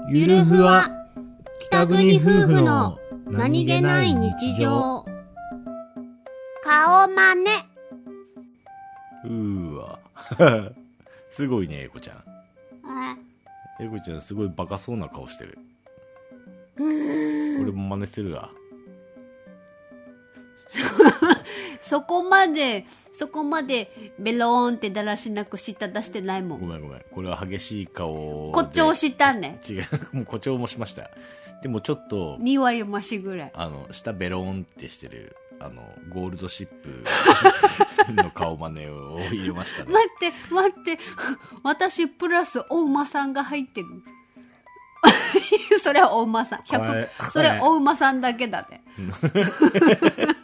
ゆるふわ北国夫婦の何気ない日常。 顔真似。 わすごいね、エコちゃん。エコちゃんすごいバカそうな顔してる。俺も真似するわ。 そこまでベローンってだらしなく舌出してないもん。 ごめん。これは激しい顔で。 誇張したね。 違う、もう誇張もしました。でもちょっと 2割増しぐらい。 舌ベローンってしてるゴールドシップの顔真似を入れましたね。 待って私プラスお馬さんが入ってる。それはお馬さん100、それはお馬さんだけだね。